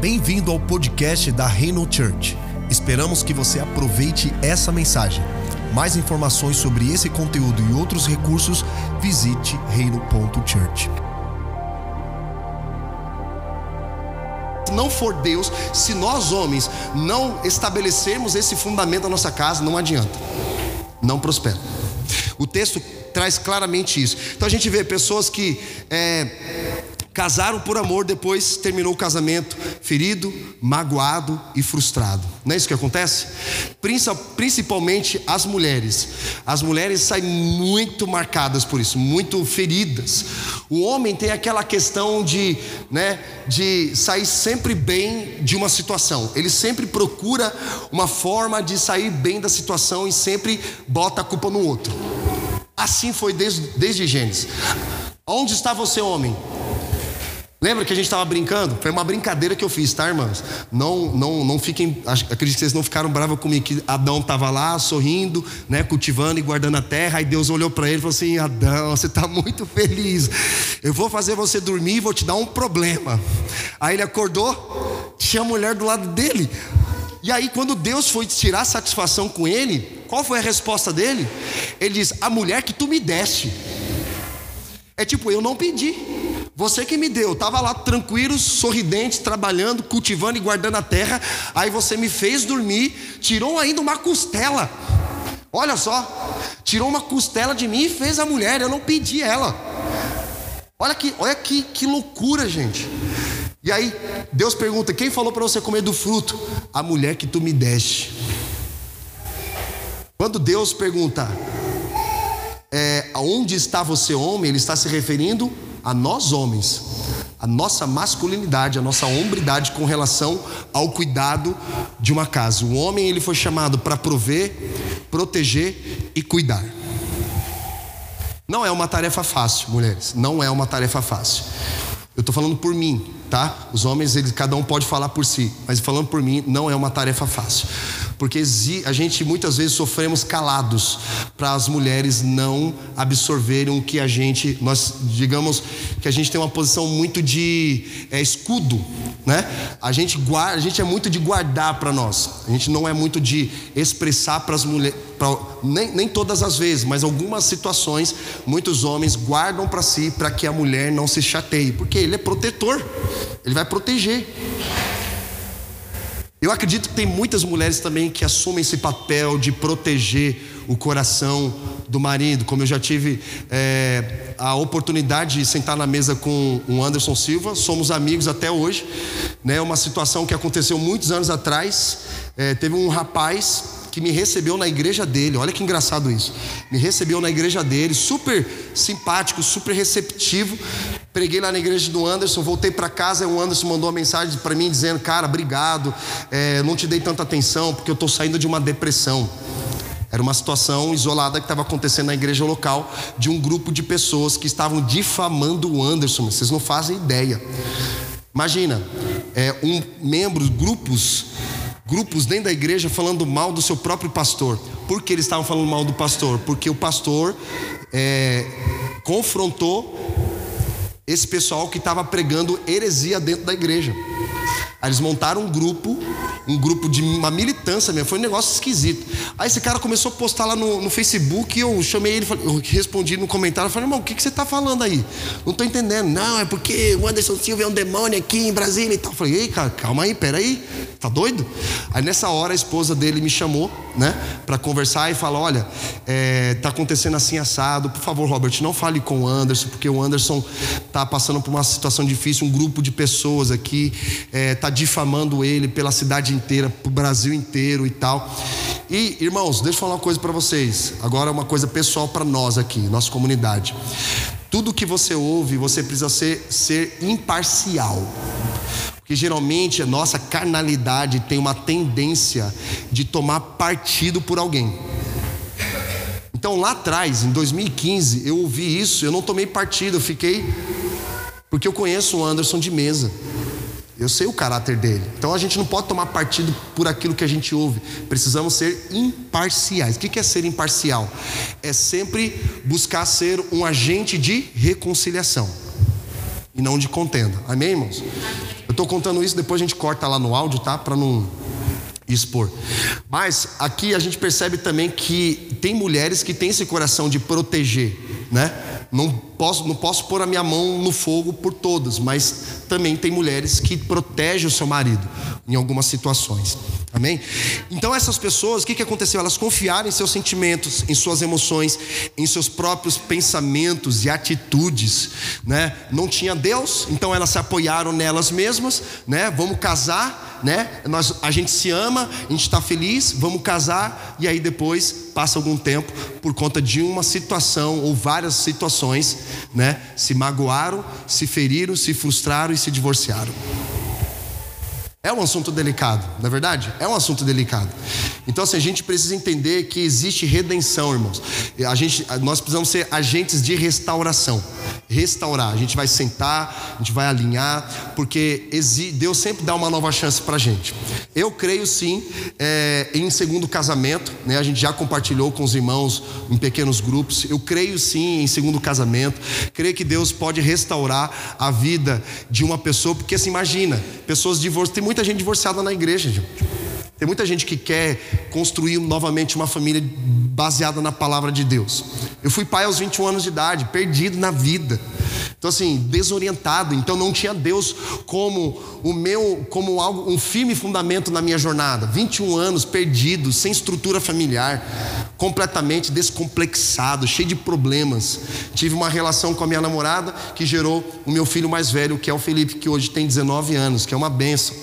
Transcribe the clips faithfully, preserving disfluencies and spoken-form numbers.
Bem-vindo ao podcast da Reino Church. Esperamos que você aproveite essa mensagem. Mais informações sobre esse conteúdo e outros recursos, visite reino ponto church. Se não for Deus, se nós homens não estabelecermos esse fundamento na nossa casa, não adianta, não prospera. O texto traz claramente isso. Então a gente vê pessoas que é, casaram por amor, depois terminou o casamento ferido, magoado e frustrado. Não é isso que acontece? Principalmente as mulheres. As mulheres saem muito marcadas por isso, muito feridas. O homem tem aquela questão de, né, de sair sempre bem de uma situação. Ele sempre procura uma forma de sair bem da situação e sempre bota a culpa no outro. Assim foi desde, desde Gênesis. Onde está você, homem? Lembra que a gente estava brincando? Foi uma brincadeira que eu fiz, tá, irmãos? Não, não, não fiquem, acredito que vocês não ficaram bravos comigo, que Adão estava lá sorrindo, né, cultivando e guardando a terra. Aí Deus olhou para ele e falou assim: Adão, você está muito feliz. Eu vou fazer você dormir e vou te dar um problema. Aí ele acordou, tinha a mulher do lado dele. E aí quando Deus foi tirar satisfação com ele, qual foi a resposta dele? Ele diz: a mulher que tu me deste. É tipo, eu não pedi, você que me deu. Eu estava lá tranquilo, sorridente, trabalhando, cultivando e guardando a terra. Aí você me fez dormir, tirou ainda uma costela. Olha só, tirou uma costela de mim e fez a mulher. Eu não pedi ela. Olha que, olha que, que loucura, gente. E aí Deus pergunta: quem falou para você comer do fruto? A mulher que tu me deste. Quando Deus pergunta é, aonde está você, homem, Ele está se referindo a nós homens, a nossa masculinidade, a nossa hombridade com relação ao cuidado de uma casa. O homem, ele foi chamado para prover, proteger e cuidar. Não é uma tarefa fácil, mulheres, não é uma tarefa fácil. Eu estou falando por mim, tá? Os homens, eles, cada um pode falar por si, mas falando por mim, não é uma tarefa fácil. Porque a gente muitas vezes sofremos calados para as mulheres não absorverem o que a gente, nós digamos que a gente tem uma posição muito de é, escudo, né? A gente guarda, a gente é muito de guardar para nós. A gente não é muito de expressar para as mulheres, pra, nem, nem todas as vezes, mas algumas situações, muitos homens guardam para si, para que a mulher não se chateie, porque ele é protetor, ele vai proteger. Eu acredito que tem muitas mulheres também que assumem esse papel de proteger o coração do marido. Como eu já tive é, a oportunidade de sentar na mesa com o Anderson Silva, somos amigos até hoje, né? Uma situação que aconteceu muitos anos atrás. É, teve um rapaz que me recebeu na igreja dele. Olha que engraçado isso. Me recebeu na igreja dele, super simpático, super receptivo. Preguei lá na igreja do Anderson, voltei para casa e o Anderson mandou uma mensagem para mim dizendo: cara, obrigado, é, não te dei tanta atenção porque eu estou saindo de uma depressão. Era uma situação isolada que estava acontecendo na igreja local, de um grupo de pessoas que estavam difamando o Anderson. Vocês não fazem ideia. Imagina, é, um membro, grupos Grupos dentro da igreja falando mal do seu próprio pastor. Por que eles estavam falando mal do pastor? Porque o pastor é, confrontou esse pessoal que estava pregando heresia dentro da igreja. Aí eles montaram um grupo, um grupo de uma militância mesmo, foi um negócio esquisito. Aí esse cara começou a postar lá no, no Facebook, e eu chamei ele, eu respondi no comentário, falei: irmão, o que, que você está falando aí? Não estou entendendo. Não, é porque o Anderson Silva é um demônio aqui em Brasília e tal. Eu falei: ei, cara, calma aí, peraí, tá doido? Aí nessa hora a esposa dele me chamou, né, para conversar e falou: olha, é, tá acontecendo assim assado, por favor, Robert, não fale com o Anderson, porque o Anderson tá passando por uma situação difícil, um grupo de pessoas aqui é, tá difamando ele pela cidade inteira, pro Brasil inteiro e tal. E irmãos, deixa eu falar uma coisa para vocês. Agora uma coisa pessoal para nós aqui, nossa comunidade. Tudo que você ouve, você precisa ser, ser imparcial. Porque geralmente a nossa carnalidade tem uma tendência de tomar partido por alguém. Então lá atrás, em dois mil e quinze, eu ouvi isso, eu não tomei partido, eu fiquei... Porque eu conheço o Anderson de mesa. Eu sei o caráter dele. Então a gente não pode tomar partido por aquilo que a gente ouve. Precisamos ser imparciais. O que é ser imparcial? É sempre buscar ser um agente de reconciliação e não de contenda. Amém, irmãos? Eu estou contando isso, depois a gente corta lá no áudio, tá? Para não expor. Mas aqui a gente percebe também que tem mulheres que têm esse coração de proteger, né? Não posso, não posso pôr a minha mão no fogo por todas, mas também tem mulheres que protegem o seu marido em algumas situações. Amém? Então essas pessoas, o que, que aconteceu? Elas confiaram em seus sentimentos, em suas emoções, em seus próprios pensamentos e atitudes, né? Não tinha Deus, então elas se apoiaram nelas mesmas, né? Vamos casar, né? Nós, a gente se ama, a gente está feliz, vamos casar. E aí depois passa algum tempo, por conta de uma situação ou várias situações, né? Se magoaram, se feriram, se frustraram e se divorciaram. É um assunto delicado, não é verdade? É um assunto delicado. Então assim, a gente precisa entender que existe redenção, irmãos. A gente, nós precisamos ser agentes de restauração. Restaurar, a gente vai sentar, a gente vai alinhar, porque Deus sempre dá uma nova chance pra gente. Eu creio sim é, em segundo casamento, né? A gente já compartilhou com os irmãos em pequenos grupos. Eu creio sim em segundo casamento. Creio que Deus pode restaurar a vida de uma pessoa, porque assim, imagina, pessoas divorciadas, tem muita gente divorciada na igreja, gente. Tem muita gente que quer construir novamente uma família baseada na palavra de Deus. Eu fui pai aos vinte e um anos de idade, perdido na vida. Então assim, desorientado. Então não tinha Deus como o meu, como algo, um firme fundamento na minha jornada. vinte e um anos perdido, sem estrutura familiar, completamente descomplexado, cheio de problemas. Tive uma relação com a minha namorada que gerou o meu filho mais velho, que é o Felipe, que hoje tem dezenove anos, que é uma bênção.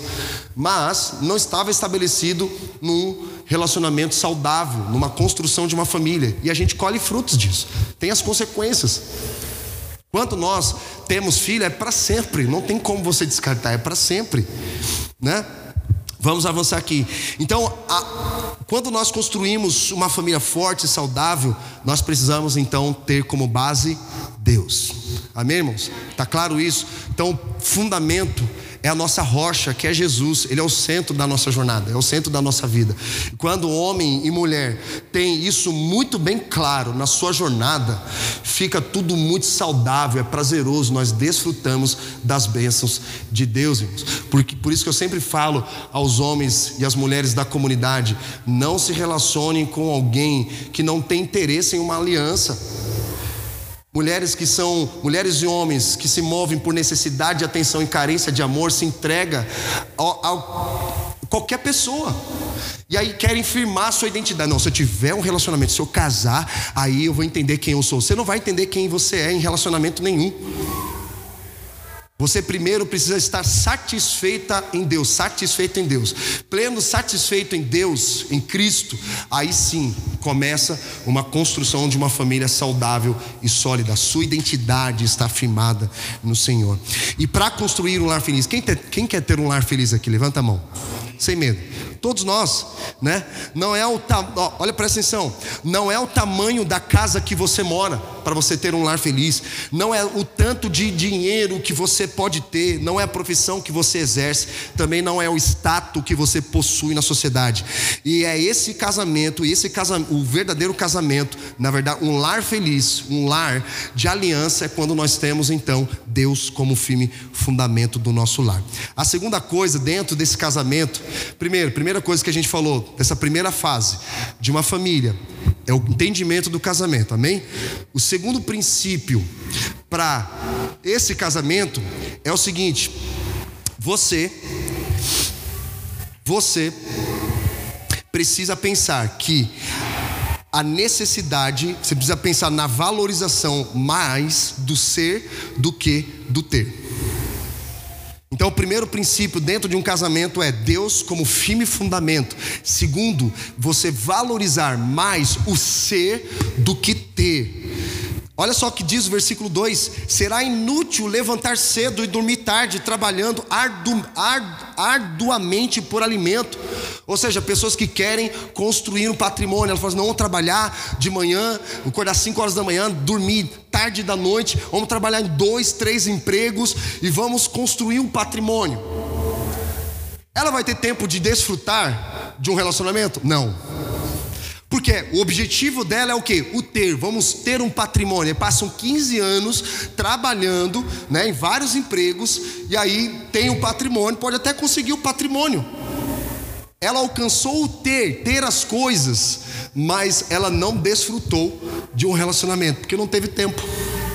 Mas não estava estabelecido num relacionamento saudável, numa construção de uma família. E a gente colhe frutos disso, tem as consequências. Quando nós temos filho, é para sempre, não tem como você descartar, é para sempre, né? Vamos avançar aqui. Então, a, quando nós construímos uma família forte e saudável, nós precisamos então ter como base Deus. Amém, irmãos? Tá claro isso? Então, fundamento é a nossa rocha, que é Jesus. Ele é o centro da nossa jornada, é o centro da nossa vida. Quando homem e mulher tem isso muito bem claro na sua jornada, fica tudo muito saudável, é prazeroso, nós desfrutamos das bênçãos de Deus, irmãos. Porque, por isso que eu sempre falo aos homens e às mulheres da comunidade: não se relacionem com alguém que não tem interesse em uma aliança. Mulheres que são, mulheres e homens que se movem por necessidade de atenção e carência de amor, se entrega a, a qualquer pessoa. E aí querem firmar a sua identidade. Não, se eu tiver um relacionamento, se eu casar, aí eu vou entender quem eu sou. Você não vai entender quem você é em relacionamento nenhum. Você primeiro precisa estar satisfeita em Deus, satisfeito em Deus, pleno satisfeito em Deus, em Cristo. Aí sim começa uma construção de uma família saudável e sólida. A sua identidade está firmada no Senhor. E para construir um lar feliz, quem, ter, quem quer ter um lar feliz aqui? Levanta a mão, sem medo. Todos nós, né? Não é o ta... Olha, presta atenção. Não é o tamanho da casa que você mora para você ter um lar feliz. Não é o tanto de dinheiro que você pode ter. Não é a profissão que você exerce. Também não é o status que você possui na sociedade. E é esse casamento, esse casamento, o verdadeiro casamento, na verdade, um lar feliz, um lar de aliança, é quando nós temos então Deus como firme fundamento do nosso lar. A segunda coisa dentro desse casamento, primeiro, primeira coisa que a gente falou, dessa primeira fase de uma família, é o entendimento do casamento, amém? O segundo princípio para esse casamento é o seguinte: você, você precisa pensar que a necessidade, você precisa pensar na valorização mais do ser do que do ter. Então o primeiro princípio dentro de um casamento é Deus como firme fundamento. Segundo, você valorizar mais o ser do que ter. Olha só o que diz o versículo dois: será inútil levantar cedo e dormir tarde, trabalhando ardu, ardu, arduamente por alimento. Ou seja, pessoas que querem construir um patrimônio, elas falam assim: não, vamos trabalhar de manhã, acordar cinco horas da manhã, dormir tarde da noite, vamos trabalhar em dois, três empregos e vamos construir um patrimônio. Ela vai ter tempo de desfrutar de um relacionamento? Não. Porque o objetivo dela é o quê? O ter, vamos ter um patrimônio. E passam quinze anos trabalhando, né, em vários empregos, e aí tem o patrimônio, pode até conseguir o patrimônio. Ela alcançou o ter, ter as coisas, mas ela não desfrutou de um relacionamento, porque não teve tempo.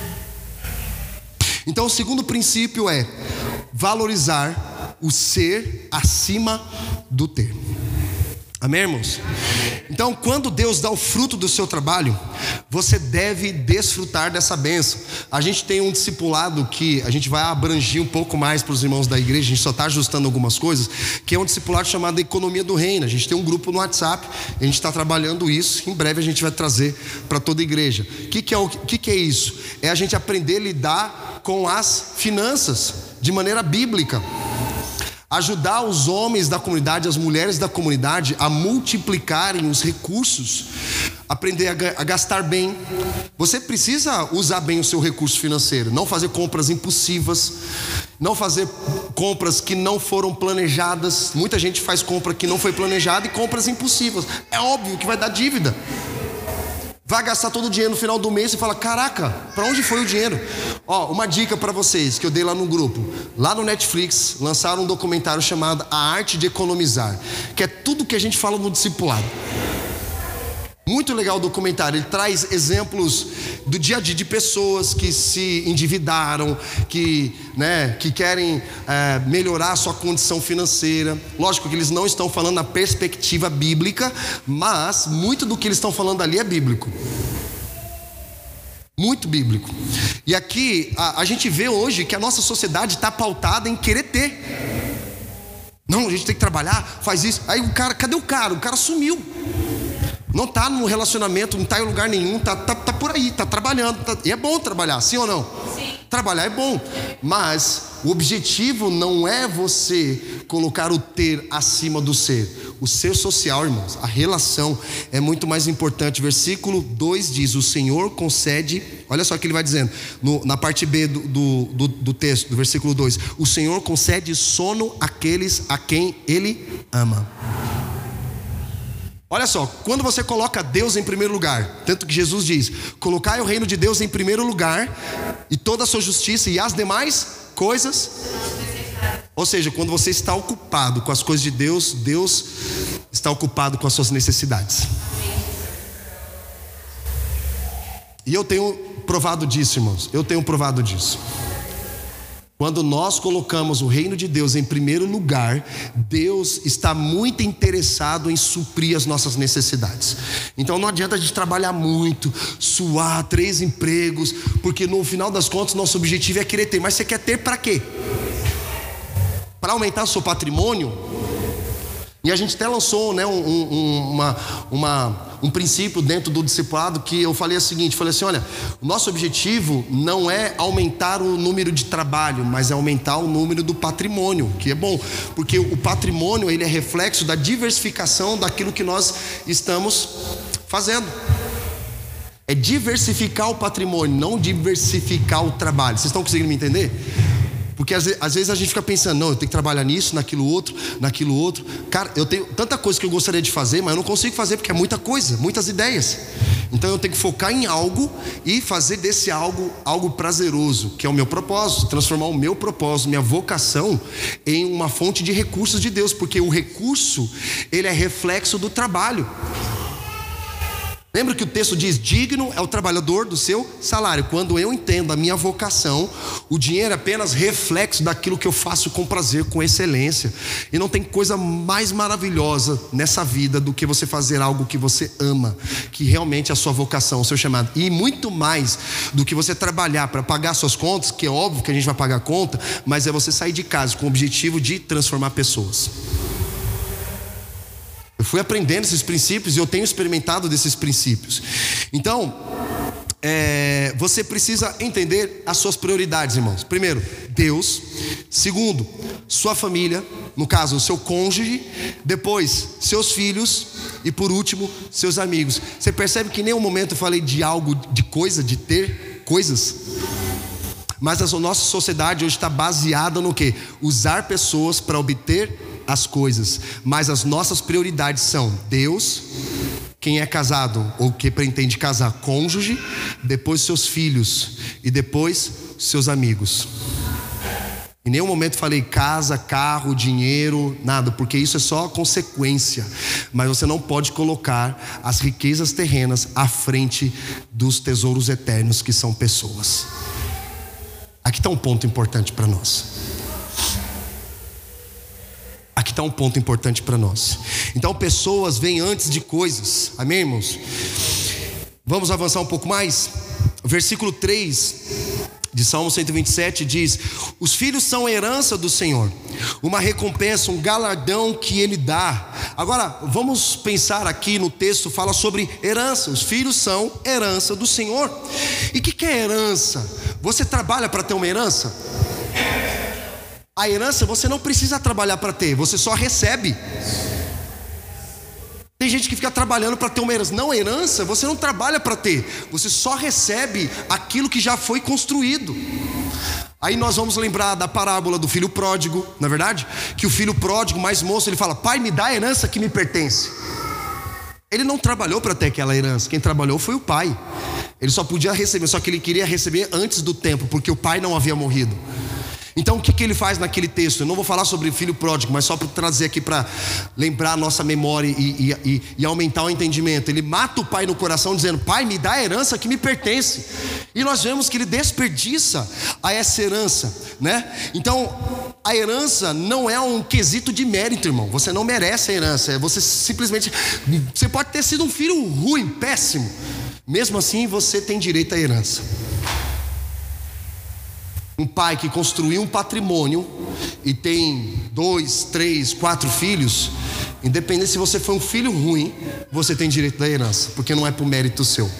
Então o segundo princípio é valorizar o ser acima do ter. Amém, irmãos? Então, quando Deus dá o fruto do seu trabalho, você deve desfrutar dessa bênção. A gente tem um discipulado que a gente vai abranger um pouco mais para os irmãos da igreja, a gente só está ajustando algumas coisas, que é um discipulado chamado Economia do Reino. A gente tem um grupo no WhatsApp, a gente está trabalhando isso, em breve a gente vai trazer para toda a igreja. O que, que, é o, que, que é isso? É a gente aprender a lidar com as finanças de maneira bíblica. Ajudar os homens da comunidade, as mulheres da comunidade a multiplicarem os recursos, aprender a gastar bem. Você precisa usar bem o seu recurso financeiro, não fazer compras impulsivas, não fazer compras que não foram planejadas. Muita gente faz compra que não foi planejada e compras impulsivas. É óbvio que vai dar dívida. Vai gastar todo o dinheiro no final do mês e fala: caraca, para onde foi o dinheiro? Ó, uma dica para vocês que eu dei lá no grupo. Lá no Netflix lançaram um documentário chamado A Arte de Economizar, que é tudo que a gente fala no discipulado. Muito legal o documentário. Ele traz exemplos do dia a dia de pessoas que se endividaram, que, né, que querem é, melhorar a sua condição financeira. Lógico que eles não estão falando na perspectiva bíblica, mas muito do que eles estão falando ali é bíblico. Muito bíblico. E aqui a, a gente vê hoje que a nossa sociedade está pautada em querer ter. Não, a gente tem que trabalhar, faz isso. Aí o cara, cadê o cara? O cara sumiu. Não está num relacionamento, não está em lugar nenhum, está tá, tá por aí, está trabalhando. Tá, e é bom trabalhar, sim ou não? Sim. Trabalhar é bom, mas o objetivo não é você colocar o ter acima do ser. O ser social, irmãos, a relação é muito mais importante. Versículo dois diz: o Senhor concede, olha só o que ele vai dizendo no, na parte B do, do, do, do texto, do versículo dois: o Senhor concede sono àqueles a quem Ele ama. Olha só, quando você coloca Deus em primeiro lugar, tanto que Jesus diz: colocai o reino de Deus em primeiro lugar, e toda a sua justiça, e as demais coisas. Ou seja, quando você está ocupado com as coisas de Deus, Deus está ocupado com as suas necessidades. E eu tenho provado disso, irmãos, eu tenho provado disso. Quando nós colocamos o reino de Deus em primeiro lugar, Deus está muito interessado em suprir as nossas necessidades. Então não adianta a gente trabalhar muito, suar, três empregos, porque no final das contas nosso objetivo é querer ter. Mas você quer ter para quê? Para aumentar o seu patrimônio? E a gente até lançou, né, um, um, uma, uma, um princípio dentro do discipulado, que eu falei o seguinte, falei assim: olha, o nosso objetivo não é aumentar o número de trabalho, mas é aumentar o número do patrimônio, que é bom, porque o patrimônio, ele é reflexo da diversificação daquilo que nós estamos fazendo. É diversificar o patrimônio, não diversificar o trabalho. Vocês estão conseguindo me entender? Porque às vezes a gente fica pensando: não, eu tenho que trabalhar nisso, naquilo outro, naquilo outro. Cara, eu tenho tanta coisa que eu gostaria de fazer, mas eu não consigo fazer porque é muita coisa, muitas ideias. Então eu tenho que focar em algo e fazer desse algo algo prazeroso, que é o meu propósito, transformar o meu propósito, minha vocação em uma fonte de recursos de Deus, porque o recurso, ele é reflexo do trabalho. Lembra que o texto diz: digno é o trabalhador do seu salário. Quando eu entendo a minha vocação, o dinheiro é apenas reflexo daquilo que eu faço com prazer, com excelência. E não tem coisa mais maravilhosa nessa vida do que você fazer algo que você ama, que realmente é a sua vocação, o seu chamado. E muito mais do que você trabalhar para pagar suas contas, que é óbvio que a gente vai pagar a conta, mas é você sair de casa com o objetivo de transformar pessoas. Eu fui aprendendo esses princípios e eu tenho experimentado desses princípios. Então, é, você precisa entender as suas prioridades, irmãos. Primeiro, Deus. Segundo, sua família, no caso, o seu cônjuge. Depois, seus filhos. E por último, seus amigos. Você percebe que em nenhum momento eu falei de algo, de coisa, de ter coisas? Mas a nossa sociedade hoje está baseada no quê? Usar pessoas para obter as coisas. Mas as nossas prioridades são Deus, quem é casado ou que pretende casar, cônjuge, depois seus filhos e depois seus amigos. Em nenhum momento falei casa, carro, dinheiro, nada, porque isso é só consequência. Mas você não pode colocar as riquezas terrenas à frente dos tesouros eternos, que são pessoas. Aqui está um ponto importante para nós. Aqui está um ponto importante para nós. Então, pessoas vêm antes de coisas. Amém, irmãos? Vamos avançar um pouco mais? Versículo três de Salmo cento e vinte e sete diz: os filhos são herança do Senhor, uma recompensa, um galardão que Ele dá. Agora, vamos pensar aqui no texto, fala sobre herança. Os filhos são herança do Senhor. E o que, que é herança? Você trabalha para ter uma herança? A herança você não precisa trabalhar para ter, você só recebe. Tem gente que fica trabalhando para ter uma herança. Não, herança você não trabalha para ter, você só recebe aquilo que já foi construído. Aí nós vamos lembrar da parábola do filho pródigo, não é verdade? Que o filho pródigo mais moço, ele fala: pai, me dá a herança que me pertence. Ele não trabalhou para ter aquela herança, quem trabalhou foi o pai. Ele só podia receber, só que ele queria receber antes do tempo, porque o pai não havia morrido. Então o que, que ele faz naquele texto? Eu não vou falar sobre o filho pródigo, mas só para trazer aqui para lembrar a nossa memória e, e, e, e aumentar o entendimento. Ele mata o pai no coração dizendo: pai, me dá a herança que me pertence. E nós vemos que ele desperdiça a essa herança, né? Então a herança não é um quesito de mérito, irmão. Você não merece a herança. Você simplesmente, você pode ter sido um filho ruim, péssimo, mesmo assim você tem direito à herança. Um pai que construiu um patrimônio e tem dois, três, quatro filhos, independente se você foi um filho ruim, você tem direito da herança, porque não é por mérito seu.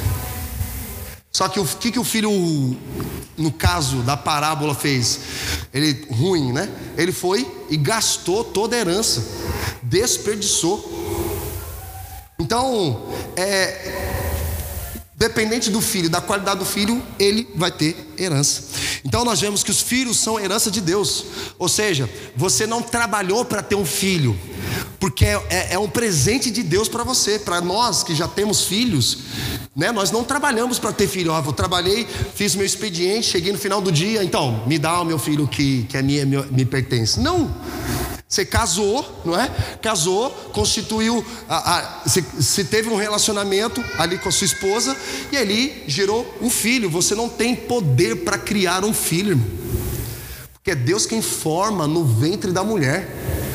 Só que o que, que o filho, no caso da parábola, fez? Ele, ruim, né? Ele foi e gastou toda a herança, desperdiçou. Então, é... dependente do filho, da qualidade do filho, ele vai ter herança. Então nós vemos que os filhos são herança de Deus. Ou seja, você não trabalhou para ter um filho, porque é, é, é um presente de Deus para você. Para nós que já temos filhos, né, nós não trabalhamos para ter filho. Ó, eu trabalhei, fiz meu expediente, cheguei no final do dia, então me dá o meu filho que, que é minha, me, me pertence. Não. Você casou, não é? Casou, constituiu, a, a, você, você teve um relacionamento ali com a sua esposa e ali gerou um filho. Você não tem poder para criar um filho, irmão, porque é Deus quem forma no ventre da mulher.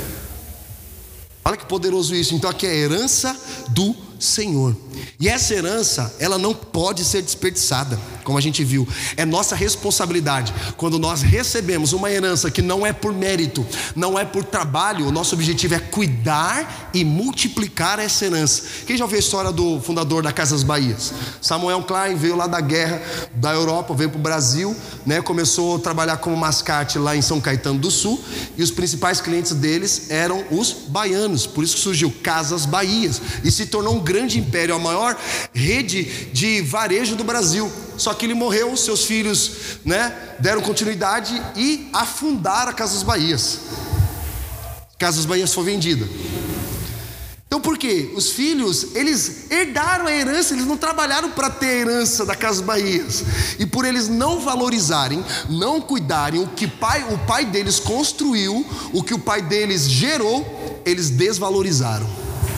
Olha que poderoso isso. Então aqui é a herança do Senhor. E essa herança, ela não pode ser desperdiçada, como a gente viu. É nossa responsabilidade. Quando nós recebemos uma herança que não é por mérito, não é por trabalho, o nosso objetivo é cuidar e multiplicar essa herança. Quem já ouviu a história do fundador da Casas Bahias? Samuel Klein veio lá da guerra da Europa, veio para o Brasil, né? Começou a trabalhar como mascate lá em São Caetano do Sul, e os principais clientes deles eram os baianos. Por isso que surgiu Casas Bahias e se tornou um grande império, a maior rede de varejo do Brasil. Só que ele morreu, seus filhos, né, deram continuidade e afundaram a Casas Bahias. Casas Bahias foi vendida. Então por quê? Os filhos, eles herdaram a herança, eles não trabalharam para ter a herança da Casas Bahias. E por eles não valorizarem, não cuidarem o que pai, o pai deles construiu, o que o pai deles gerou, eles desvalorizaram.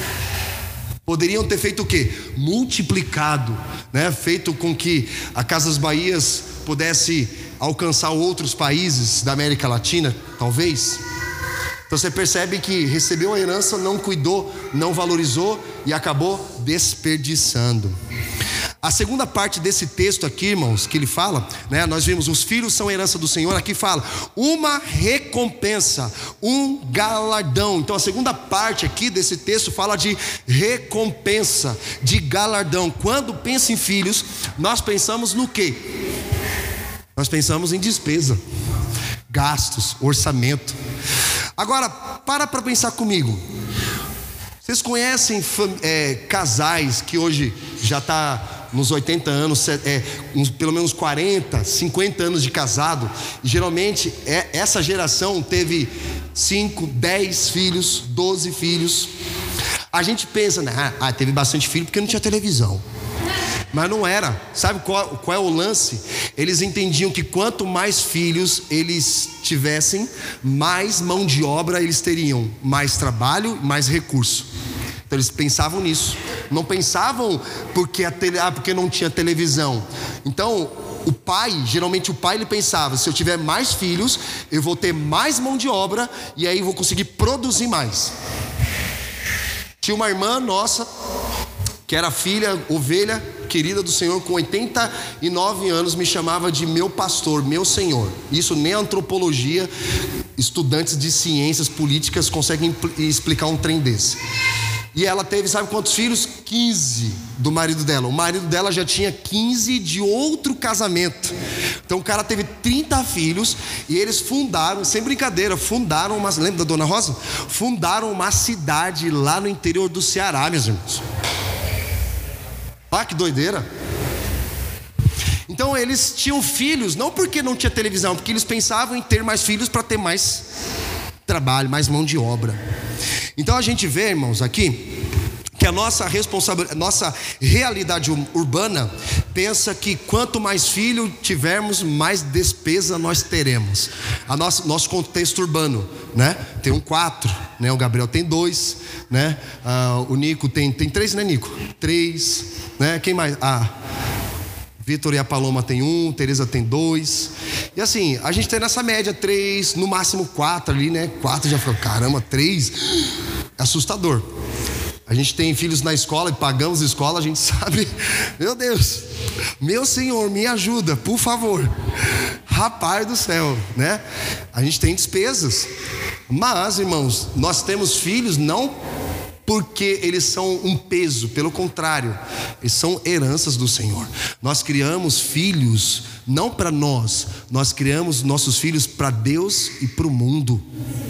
Poderiam ter feito o quê? Multiplicado, né? Feito com que a Casas Bahias pudesse alcançar outros países da América Latina, talvez. Então você percebe que recebeu a herança, não cuidou, não valorizou e acabou desperdiçando. A segunda parte desse texto aqui, irmãos, que ele fala, né? Nós vimos, os filhos são herança do Senhor. Aqui fala, uma recompensa, um galardão. Então a segunda parte aqui desse texto fala de recompensa, de galardão. Quando pensa em filhos, nós pensamos no quê? Nós pensamos em despesa, gastos, orçamento. Agora, para para pensar comigo. Vocês conhecem é, casais que hoje já está nos oitenta anos, é, uns, pelo menos quarenta, cinquenta anos de casado, e geralmente é, essa geração teve cinco, dez filhos, doze filhos. A gente pensa, né? Ah, teve bastante filho porque não tinha televisão. Mas não era. Sabe qual, qual é o lance? Eles entendiam que quanto mais filhos eles tivessem, mais mão de obra eles teriam, mais trabalho, mais recurso. Então eles pensavam nisso. Não pensavam porque, a tele, ah, porque não tinha televisão. Então o pai, geralmente o pai ele pensava: se eu tiver mais filhos, eu vou ter mais mão de obra e aí eu vou conseguir produzir mais. Tinha uma irmã nossa que era filha, ovelha querida do Senhor, com oitenta e nove anos, me chamava de meu pastor, meu Senhor. Isso nem a antropologia, estudantes de ciências políticas conseguem explicar um trem desse. E ela teve, sabe quantos filhos? quinze do marido dela. O marido dela já tinha quinze de outro casamento. Então o cara teve trinta filhos e eles fundaram, sem brincadeira, fundaram uma, lembra da Dona Rosa? Fundaram uma cidade lá no interior do Ceará, meus irmãos. Ah, que doideira. Então eles tinham filhos, não porque não tinha televisão, porque eles pensavam em ter mais filhos para ter mais trabalho, mais mão de obra. Então a gente vê, irmãos, aqui que a nossa responsabilidade, nossa realidade urbana pensa que quanto mais filho tivermos, mais despesa nós teremos. A nosso, nosso contexto urbano, né? Tem um quatro, né? O Gabriel tem dois, né? Ah, o Nico tem, tem três, né, Nico? Três, né? Quem mais? Ah, Vitor e a Paloma tem um, Tereza tem dois. E assim, a gente tem nessa média três, no máximo quatro ali, né? Quatro já falou, caramba, três, é assustador. A gente tem filhos na escola e pagamos escola, a gente sabe, meu Deus, meu Senhor, me ajuda, por favor. Rapaz do céu, né? A gente tem despesas. Mas, irmãos, nós temos filhos não porque eles são um peso, pelo contrário, eles são heranças do Senhor. Nós criamos filhos não para nós, nós criamos nossos filhos para Deus e para o mundo.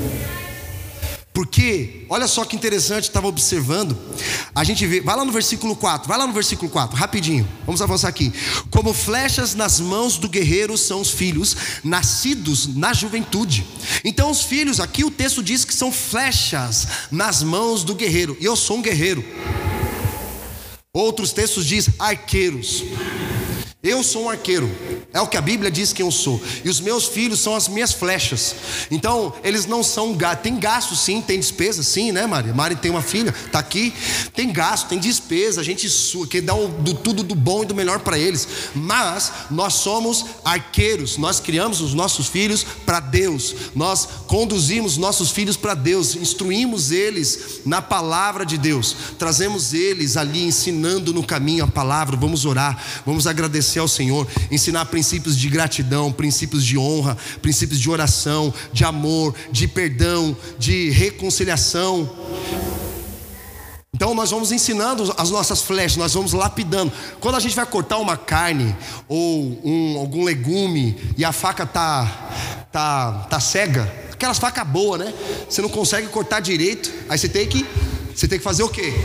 Porque, olha só que interessante, estava observando, a gente vê, vai lá no versículo quatro, vai lá no versículo quatro, rapidinho, vamos avançar aqui. Como flechas nas mãos do guerreiro são os filhos, nascidos na juventude. Então os filhos, aqui o texto diz que são flechas nas mãos do guerreiro, e eu sou um guerreiro. Outros textos dizem arqueiros. Eu sou um arqueiro, é o que a Bíblia diz que eu sou. E os meus filhos são as minhas flechas. Então eles não são gasto. Tem gasto sim, tem despesa sim, né, Mari? Mari tem uma filha, tá aqui. Tem gasto, tem despesa. A gente quer dar o, do, tudo do bom e do melhor para eles. Mas nós somos arqueiros. Nós criamos os nossos filhos para Deus. Nós conduzimos nossos filhos para Deus. Instruímos eles na palavra de Deus. Trazemos eles ali ensinando no caminho a palavra. Vamos orar, vamos agradecer ao Senhor, ensinar princípios de gratidão, princípios de honra, princípios de oração, de amor, de perdão, de reconciliação. Então nós vamos ensinando as nossas flechas, nós vamos lapidando. Quando a gente vai cortar uma carne ou um, algum legume e a faca tá, tá, tá cega, aquelas facas boas, né? Você não consegue cortar direito, aí você tem que, você tem que fazer o quê?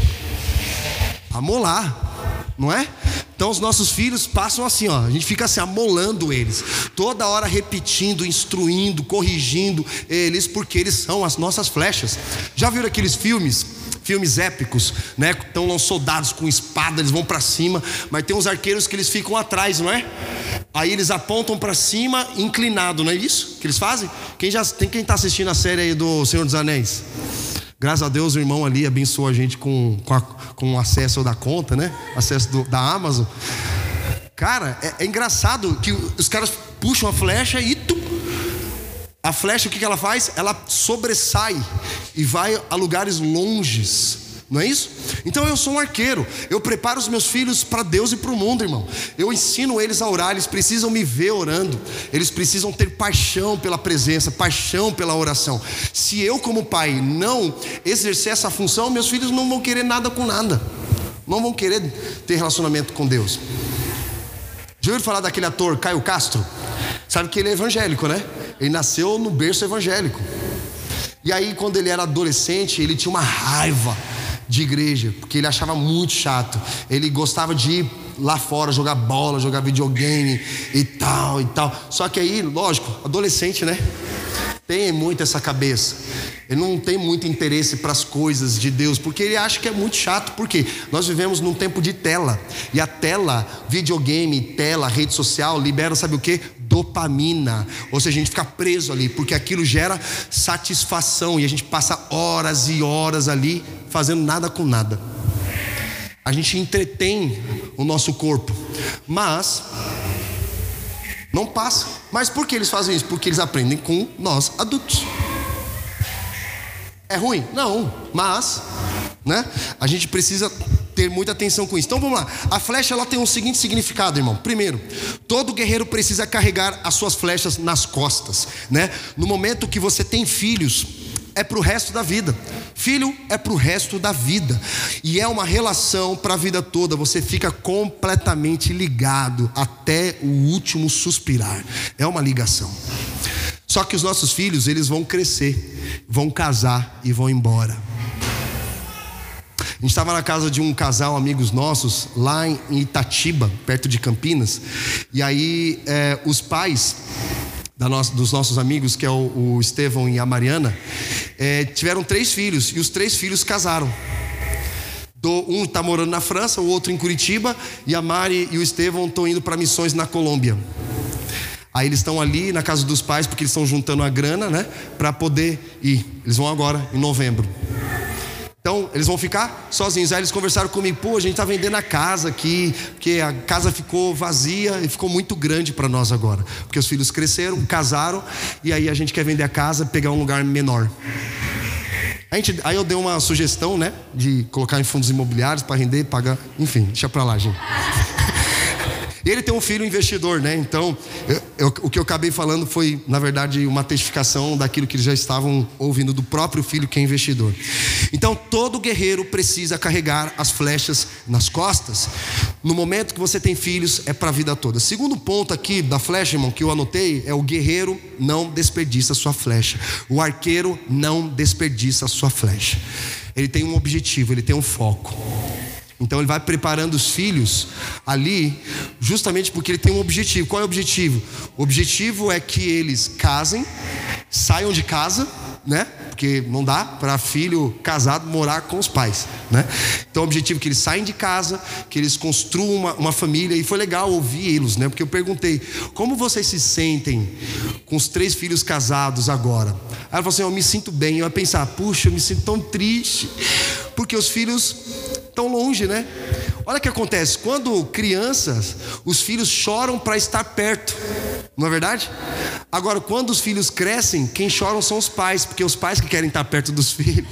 Amolar, não é? Então os nossos filhos passam assim, ó, a gente fica assim, amolando eles, toda hora repetindo, instruindo, corrigindo eles, porque eles são as nossas flechas. Já viram aqueles filmes, filmes épicos, né? Então os soldados com espada, eles vão para cima, mas tem uns arqueiros que eles ficam atrás, não é? Aí eles apontam para cima, inclinado, não é isso que eles fazem? Quem já tem, quem está assistindo a série aí do Senhor dos Anéis? Graças a Deus o irmão ali abençoou a gente com, com, a, com acesso da conta, né? Acesso do, da Amazon. Cara, é, é engraçado que os caras puxam a flecha e tum, a flecha, o que, que ela faz? Ela sobressai e vai a lugares longes. Não é isso? Então eu sou um arqueiro. Eu preparo os meus filhos para Deus e para o mundo, irmão. Eu ensino eles a orar. Eles precisam me ver orando. Eles precisam ter paixão pela presença, paixão pela oração. Se eu como pai não exercer essa função, meus filhos não vão querer nada com nada. Não vão querer ter relacionamento com Deus. Já ouviram falar daquele ator Caio Castro? Sabe que ele é evangélico, né? Ele nasceu no berço evangélico. E aí quando ele era adolescente, ele tinha uma raiva de igreja, porque ele achava muito chato. Ele gostava de ir lá fora jogar bola, jogar videogame e tal e tal. Só que aí, lógico, adolescente, né? tem muito essa cabeça. Ele não tem muito interesse para as coisas de Deus, porque ele acha que é muito chato. Por quê? Nós vivemos num tempo de tela. E a tela, videogame, tela, rede social, libera, sabe o quê? Dopamina. Ou seja, a gente fica preso ali, porque aquilo gera satisfação. E a gente passa horas e horas ali, fazendo nada com nada. A gente entretém o nosso corpo, mas não passa. Mas por que eles fazem isso? Porque eles aprendem com nós adultos. É ruim? Não, mas, né? A gente precisa ter muita atenção com isso. Então vamos lá. A flecha, ela tem um seguinte significado, irmão. Primeiro, todo guerreiro precisa carregar as suas flechas nas costas, né? No momento que você tem filhos, é para o resto da vida. Filho é para o resto da vida. E é uma relação para a vida toda. Você fica completamente ligado até o último suspirar. É uma ligação. Só que os nossos filhos, eles vão crescer, vão casar e vão embora. A gente estava na casa de um casal, amigos nossos, lá em Itatiba, perto de Campinas. E aí é, os pais Da nossa, dos nossos amigos, que é o, o Estevão e a Mariana, é, tiveram três filhos, e os três filhos casaram. Do, um está morando na França, o outro em Curitiba, e a Mari e o Estevão estão indo para missões na Colômbia. Aí eles estão ali na casa dos pais, porque eles estão juntando a grana, né, para poder ir. Eles vão agora, em novembro. Então, eles vão ficar sozinhos. Aí eles conversaram comigo: pô, a gente está vendendo a casa aqui, porque a casa ficou vazia e ficou muito grande para nós agora. Porque os filhos cresceram, casaram, e aí a gente quer vender a casa, pegar um lugar menor. A gente, aí eu dei uma sugestão, né, de colocar em fundos imobiliários para render, pagar, enfim, deixa para lá, gente. E ele tem um filho investidor, né? Então, eu, eu, o que eu acabei falando foi, na verdade, uma testificação daquilo que eles já estavam ouvindo do próprio filho, que é investidor. Então, todo guerreiro precisa carregar as flechas nas costas. No momento que você tem filhos, é para a vida toda. Segundo ponto aqui da flecha, irmão, que eu anotei, é: o guerreiro não desperdiça a sua flecha. O arqueiro não desperdiça a sua flecha. Ele tem um objetivo, ele tem um foco. Então ele vai preparando os filhos ali, justamente porque ele tem um objetivo. Qual é o objetivo? O objetivo é que eles casem, saiam de casa, né? Porque não dá para filho casado morar com os pais, né? Então o objetivo é que eles saem de casa, que eles construam uma, uma família. E foi legal ouvir eles, né? Porque eu perguntei: como vocês se sentem com os três filhos casados agora? Aí ela falou assim: eu me sinto bem. Eu ia pensar: puxa, eu me sinto tão triste, porque os filhos tão longe, né? Olha o que acontece: quando crianças, os filhos choram para estar perto, não é verdade? Agora, quando os filhos crescem, quem choram são os pais, porque os pais que querem estar perto dos filhos.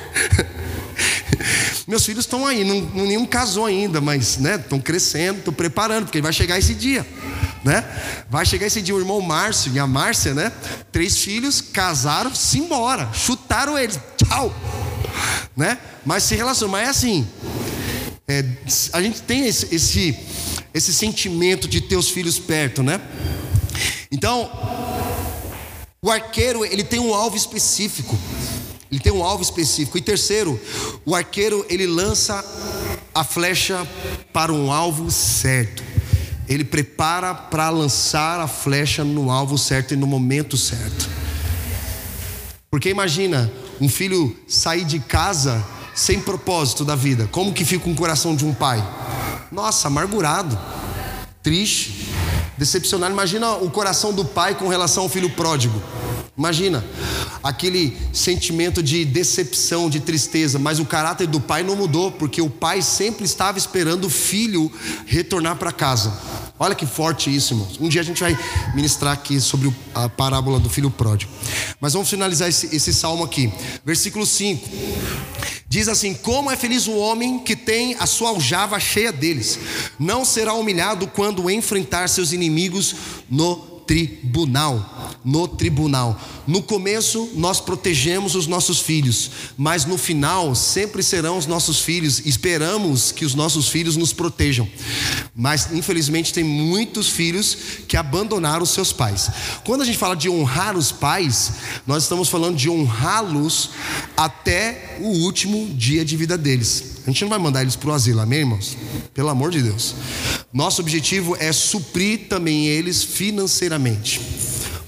Meus filhos estão aí, não, nenhum casou ainda, mas, né, estão crescendo, estão preparando, porque vai chegar esse dia, né? Vai chegar esse dia. O irmão Márcio e a Márcia, né? Três filhos, casaram, se embora, chutaram eles, tchau, né? Mas se relacionam. Mas é assim, é, a gente tem esse, esse, esse sentimento de ter os filhos perto, né? Então, o arqueiro, ele tem um alvo específico. Ele tem um alvo específico. E terceiro, o arqueiro, ele lança a flecha para um alvo certo. Ele prepara para lançar a flecha no alvo certo e no momento certo. Porque imagina um filho sair de casa sem propósito da vida. Como que fica o coração de um pai? Nossa, amargurado, triste, decepcionado. Imagina o coração do pai com relação ao filho pródigo. Imagina aquele sentimento de decepção, de tristeza. Mas o caráter do pai não mudou, porque o pai sempre estava esperando o filho retornar para casa. Olha que forte isso, irmãos. Um dia a gente vai ministrar aqui sobre a parábola do filho pródigo. Mas vamos finalizar esse, esse salmo aqui. Versículo cinco. Diz assim: como é feliz o homem que tem a sua aljava cheia deles. Não será humilhado quando enfrentar seus inimigos no tribunal. No tribunal. No começo nós protegemos os nossos filhos, mas no final sempre serão os nossos filhos. Esperamos que os nossos filhos nos protejam, mas infelizmente tem muitos filhos que abandonaram os seus pais. Quando a gente fala de honrar os pais, nós estamos falando de honrá-los até o último dia de vida deles. A gente não vai mandar eles para o asilo, amém, irmãos? Pelo amor de Deus. Nosso objetivo é suprir também eles financeiramente.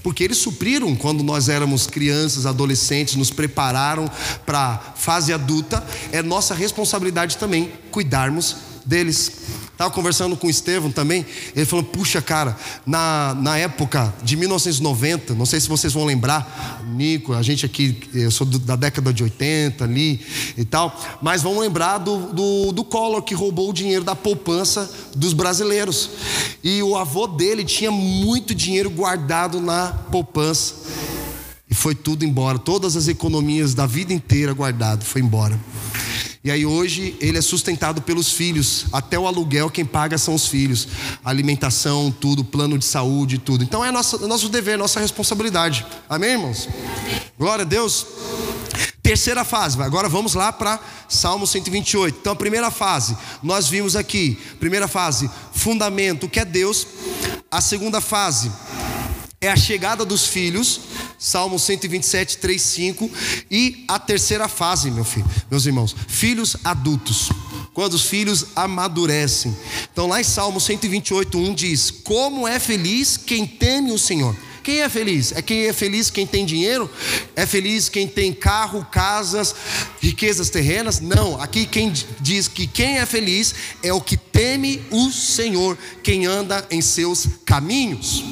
porque eles supriram quando nós éramos crianças, adolescentes, nos prepararam para a fase adulta. É nossa responsabilidade também cuidarmos deles. Estava conversando com o Estevão também, ele falou, puxa cara, na, na época de mil novecentos e noventa, não sei se vocês vão lembrar, Nico, a gente aqui, eu sou do, da década de oitenta ali e tal, mas vamos lembrar do, do, do Collor, que roubou o dinheiro da poupança dos brasileiros, e o avô dele tinha muito dinheiro guardado na poupança, e foi tudo embora, todas as economias da vida inteira guardado, foi embora. E aí hoje ele é sustentado pelos filhos, até o aluguel quem paga são os filhos, alimentação, tudo, plano de saúde, tudo. Então é nosso, nosso dever, nossa responsabilidade. Amém, irmãos? Glória a Deus. Terceira fase, agora vamos lá para Salmo cento e vinte e oito. Então a primeira fase, nós vimos aqui, primeira fase, fundamento, que é Deus. A segunda fase é a chegada dos filhos, Salmo cento e vinte e sete, três, cinco. E a terceira fase, meu filho, meus irmãos, filhos adultos, quando os filhos amadurecem. Então lá em Salmo cento e vinte e oito, um diz, como é feliz quem teme o Senhor. Quem é feliz? É quem é feliz quem tem dinheiro? É feliz quem tem carro, casas, riquezas terrenas? Não, aqui quem diz que quem é feliz é o que teme o Senhor, quem anda em seus caminhos.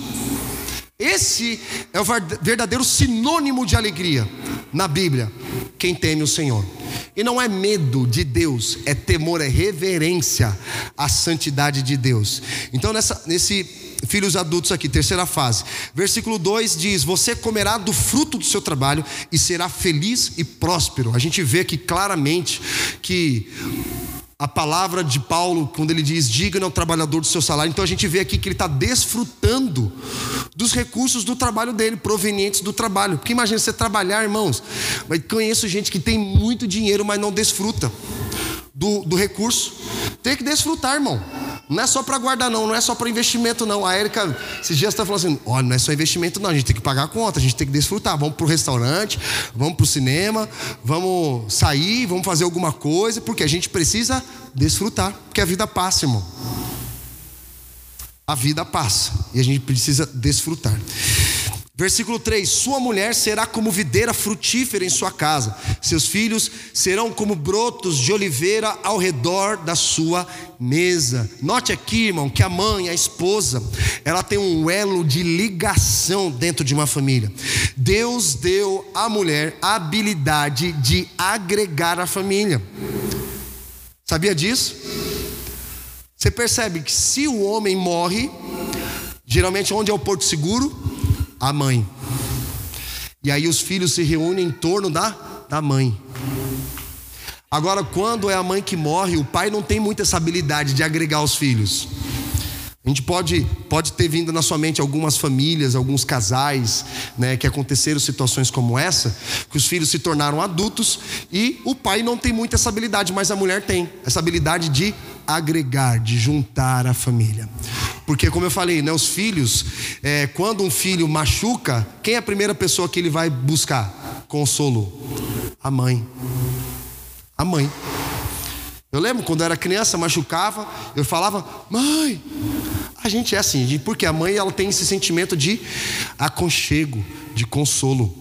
Esse é o verdadeiro sinônimo de alegria na Bíblia, quem teme o Senhor. E não é medo de Deus, é temor, é reverência à santidade de Deus. Então nessa, nesse filhos adultos aqui, terceira fase, versículo dois diz, você comerá do fruto do seu trabalho e será feliz e próspero. A gente vê aqui claramente que a palavra de Paulo, quando ele diz, digno ao trabalhador do seu salário. Então a gente vê aqui que ele está desfrutando dos recursos do trabalho dele, provenientes do trabalho. Porque imagina você trabalhar, irmãos. Mas conheço gente que tem muito dinheiro, mas não desfruta do, do recurso. Tem que desfrutar, irmão. Não é só para guardar não, não é só para investimento não. A Érica, esses dias está falando assim, olha, não é só investimento não, a gente tem que pagar a conta, a gente tem que desfrutar. Vamos para o restaurante, vamos para o cinema, vamos sair, vamos fazer alguma coisa, porque a gente precisa desfrutar, porque a vida passa, irmão. A vida passa e a gente precisa desfrutar. Versículo três, sua mulher será como videira frutífera em sua casa, seus filhos serão como brotos de oliveira ao redor da sua mesa. Note aqui, irmão, que a mãe, a esposa, ela tem um elo de ligação dentro de uma família. Deus deu à mulher a habilidade de agregar a família. Sabia disso? Você percebe que se o homem morre, geralmente onde é o porto seguro? A mãe. E aí os filhos se reúnem em torno da, da mãe. Agora, quando é a mãe que morre, o pai não tem muito essa habilidade de agregar os filhos. A gente pode, pode ter vindo na sua mente algumas famílias, alguns casais, né, que aconteceram situações como essa, que os filhos se tornaram adultos e o pai não tem muito essa habilidade, mas a mulher tem essa habilidade de agregar, de juntar a família. Porque como eu falei, né, os filhos, é, quando um filho machuca, quem é a primeira pessoa que ele vai buscar consolo? A mãe. A mãe. Eu lembro quando eu era criança, machucava, eu falava, mãe, a gente é assim, porque a mãe ela tem esse sentimento de aconchego, de consolo.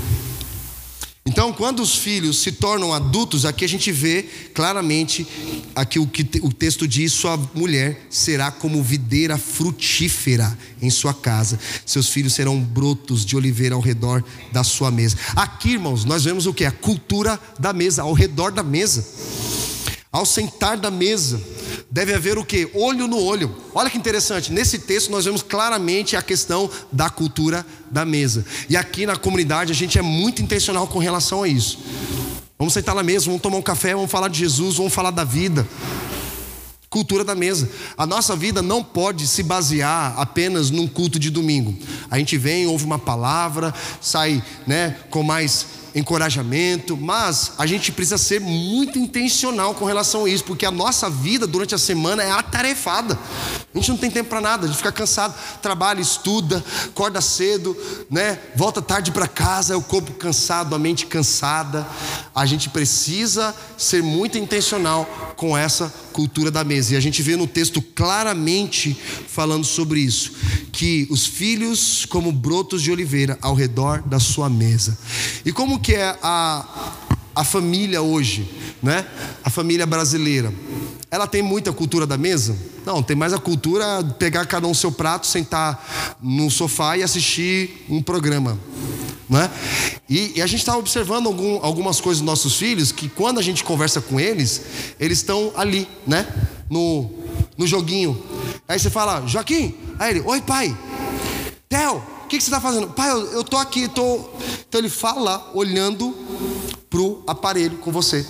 Então, quando os filhos se tornam adultos, aqui a gente vê claramente, aqui o que o texto diz, sua mulher será como videira frutífera em sua casa, seus filhos serão brotos de oliveira ao redor da sua mesa. Aqui, irmãos, nós vemos o que? A cultura da mesa, ao redor da mesa. Ao sentar da mesa, deve haver o que? Olho no olho. Olha que interessante, nesse texto nós vemos claramente a questão da cultura da mesa. E aqui na comunidade a gente é muito intencional com relação a isso. Vamos sentar na mesa, vamos tomar um café, vamos falar de Jesus, vamos falar da vida. Cultura da mesa. A nossa vida não pode se basear apenas num culto de domingo. A gente vem, ouve uma palavra, sai, né, com mais encorajamento, mas a gente precisa ser muito intencional com relação a isso, porque a nossa vida durante a semana é atarefada. A gente não tem tempo para nada, a gente fica cansado, trabalha, estuda, acorda cedo, né? Volta tarde para casa, é o corpo cansado, a mente cansada. A gente precisa ser muito intencional com essa cultura da mesa. E a gente vê no texto claramente falando sobre isso, que os filhos como brotos de oliveira ao redor da sua mesa. E como que é a, a família hoje, né? A família brasileira, ela tem muita cultura da mesa? Não, tem mais a cultura de pegar cada um o seu prato, sentar no sofá e assistir um programa, né? E, e a gente está observando algum, algumas coisas dos nossos filhos, que quando a gente conversa com eles, eles estão ali, né? No, no joguinho. Aí você fala, Joaquim, aí ele, oi pai, Theo, o que, que você está fazendo? Pai, eu, eu tô aqui, tô... Então ele fala olhando pro aparelho com você.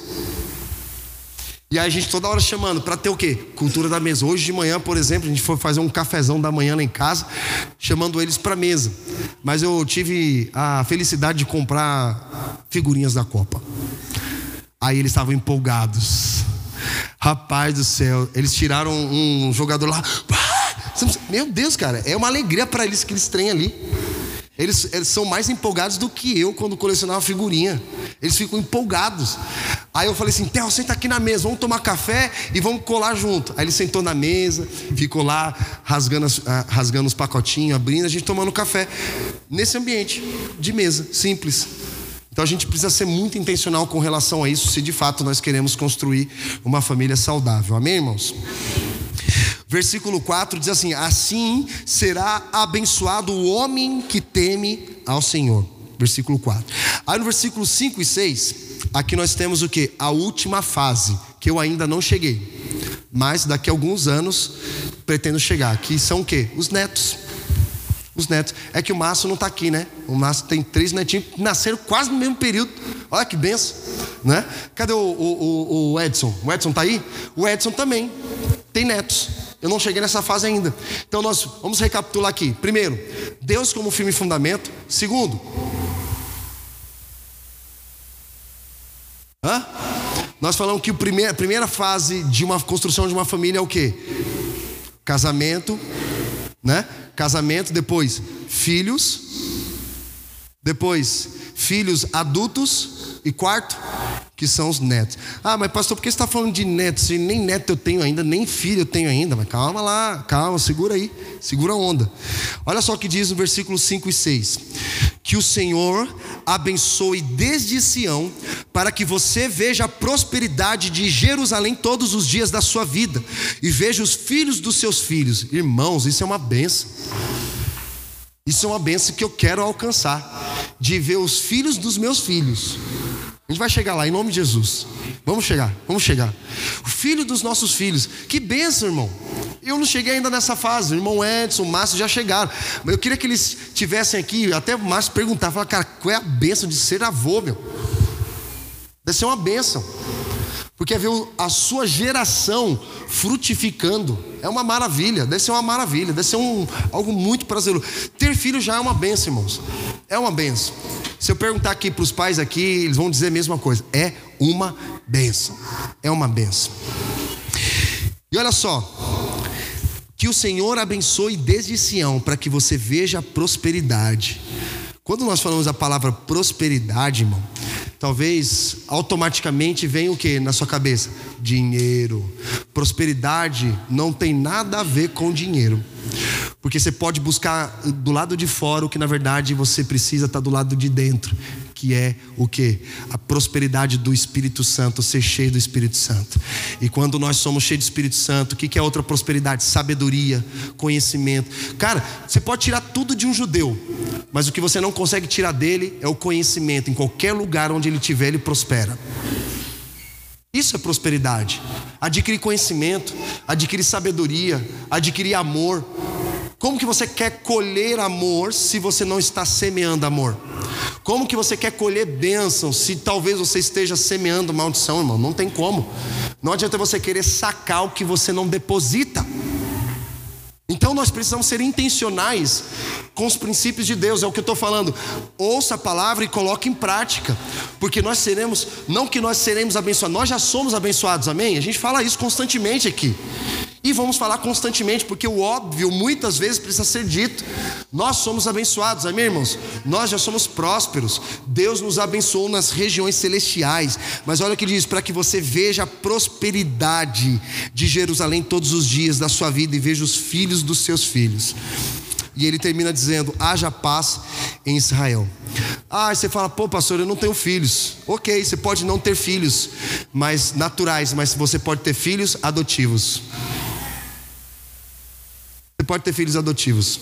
E aí a gente toda hora chamando para ter o quê? Cultura da mesa. Hoje de manhã, por exemplo, a gente foi fazer um cafezão da manhã lá em casa, chamando eles para mesa. Mas eu tive a felicidade de comprar figurinhas da Copa. Aí eles estavam empolgados. Rapaz do céu, eles tiraram um jogador lá. Meu Deus, cara, é uma alegria para eles que eles têm ali. Eles, eles são mais empolgados do que eu quando colecionava figurinha. Eles ficam empolgados. Aí eu falei assim, Theo, senta aqui na mesa, vamos tomar café e vamos colar junto. Aí ele sentou na mesa, ficou lá rasgando, as, rasgando os pacotinhos, abrindo, a gente tomando café. Nesse ambiente de mesa, simples. Então a gente precisa ser muito intencional com relação a isso, se de fato nós queremos construir uma família saudável. Amém, irmãos? Versículo quatro diz assim, assim será abençoado o homem que teme ao Senhor. Versículo quatro. Aí no versículo cinco e seis, aqui nós temos o que? A última fase, que eu ainda não cheguei, mas daqui a alguns anos pretendo chegar. Que são o que? Os netos. Os netos. É que o Márcio não está aqui, né? O Márcio tem três netinhos que nasceram quase no mesmo período. Olha que benção, né? Cadê o, o, o Edson? O Edson está aí? O Edson também tem netos. Eu não cheguei nessa fase ainda. Então nós vamos recapitular aqui. Primeiro, Deus como firme fundamento. Segundo, hã? Nós falamos que a primeira, a primeira fase de uma construção de uma família é o quê? Casamento, né? Casamento, depois filhos, depois filhos adultos e quarto, que são os netos. Ah, mas pastor, por que você está falando de netos? Se nem neto eu tenho ainda, nem filho eu tenho ainda. Mas calma lá, calma, segura aí, segura a onda. Olha só o que diz no versículo cinco e seis. Que o Senhor abençoe desde Sião, para que você veja a prosperidade de Jerusalém todos os dias da sua vida, e veja os filhos dos seus filhos. Irmãos, isso é uma bênção. Isso é uma bênção que eu quero alcançar, de ver os filhos dos meus filhos. A gente vai chegar lá, em nome de Jesus. Vamos chegar, vamos chegar. O filho dos nossos filhos. Que bênção, irmão. Eu não cheguei ainda nessa fase. O irmão Edson, o Márcio já chegaram. Mas eu queria que eles tivessem aqui. Até o Márcio perguntava, falava, cara, qual é a bênção de ser avô, meu? Deve ser uma bênção. Porque é ver a sua geração frutificando. É uma maravilha, deve ser uma maravilha, deve ser um, algo muito prazeroso. Ter filho já é uma bênção, irmãos. É uma bênção. Se eu perguntar aqui para os pais aqui, eles vão dizer a mesma coisa. É uma bênção. É uma bênção. E olha só. Que o Senhor abençoe desde Sião, para que você veja a prosperidade. Quando nós falamos a palavra prosperidade, irmão, talvez automaticamente venha o que na sua cabeça? Dinheiro. Prosperidade não tem nada a ver com dinheiro. Porque você pode buscar do lado de fora o que na verdade você precisa estar do lado de dentro, que é o que? A prosperidade do Espírito Santo, ser cheio do Espírito Santo. E quando nós somos cheios do Espírito Santo, o que é outra prosperidade? Sabedoria, conhecimento. Cara, você pode tirar tudo de um judeu, mas o que você não consegue tirar dele é o conhecimento. Em qualquer lugar onde ele estiver, ele prospera. Isso é prosperidade. Adquirir conhecimento, adquirir sabedoria, adquirir amor. Como que você quer colher amor se você não está semeando amor? Como que você quer colher bênção se talvez você esteja semeando maldição, irmão? Não tem como. Não adianta você querer sacar o que você não deposita. Então nós precisamos ser intencionais com os princípios de Deus. É o que eu estou falando. Ouça a palavra e coloque em prática, porque nós seremos, não que nós seremos abençoados, nós já somos abençoados, amém? A gente fala isso constantemente aqui. E vamos falar constantemente, porque o óbvio muitas vezes precisa ser dito. Nós somos abençoados, amém, irmãos? Nós já somos prósperos. Deus nos abençoou nas regiões celestiais. Mas olha o que diz: para que você veja a prosperidade de Jerusalém todos os dias da sua vida e veja os filhos dos seus filhos. E ele termina dizendo: haja paz em Israel. Ah, você fala: pô, pastor, eu não tenho filhos. Ok, você pode não ter filhos mas naturais, mas você pode ter filhos adotivos. Você pode ter filhos adotivos.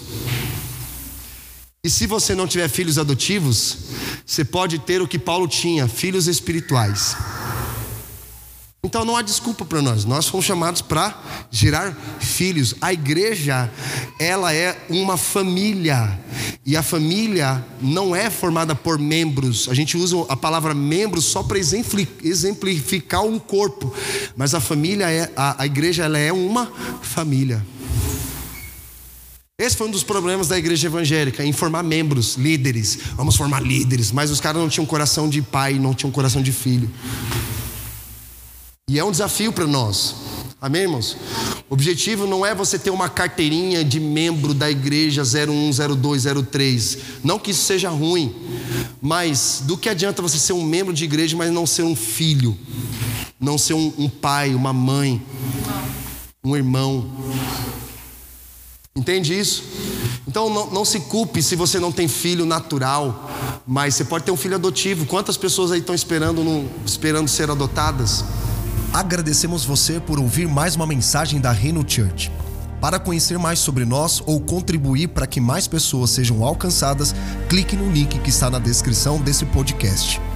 E se você não tiver filhos adotivos, você pode ter o que Paulo tinha: filhos espirituais. Então não há desculpa para nós. Nós fomos chamados para gerar filhos. A igreja, ela é uma família. E a família não é formada por membros. A gente usa a palavra membros só para exemplificar um corpo. Mas a família é, a, a igreja, ela é uma família. Esse foi um dos problemas da igreja evangélica, em formar membros, líderes. Vamos formar líderes. Mas os caras não tinham coração de pai, não tinham coração de filho. E é um desafio para nós, amém, irmãos? O objetivo não é você ter uma carteirinha de membro da igreja zero um, zero dois, zero três. Não que isso seja ruim, mas do que adianta você ser um membro de igreja, mas não ser um filho, não ser um, um pai, uma mãe, um irmão? Entende isso? Então não, não se culpe se você não tem filho natural, mas você pode ter um filho adotivo. Quantas pessoas aí estão esperando, no, esperando ser adotadas? Agradecemos você por ouvir mais uma mensagem da Reino Church. Para conhecer mais sobre nós ou contribuir para que mais pessoas sejam alcançadas, clique no link que está na descrição desse podcast.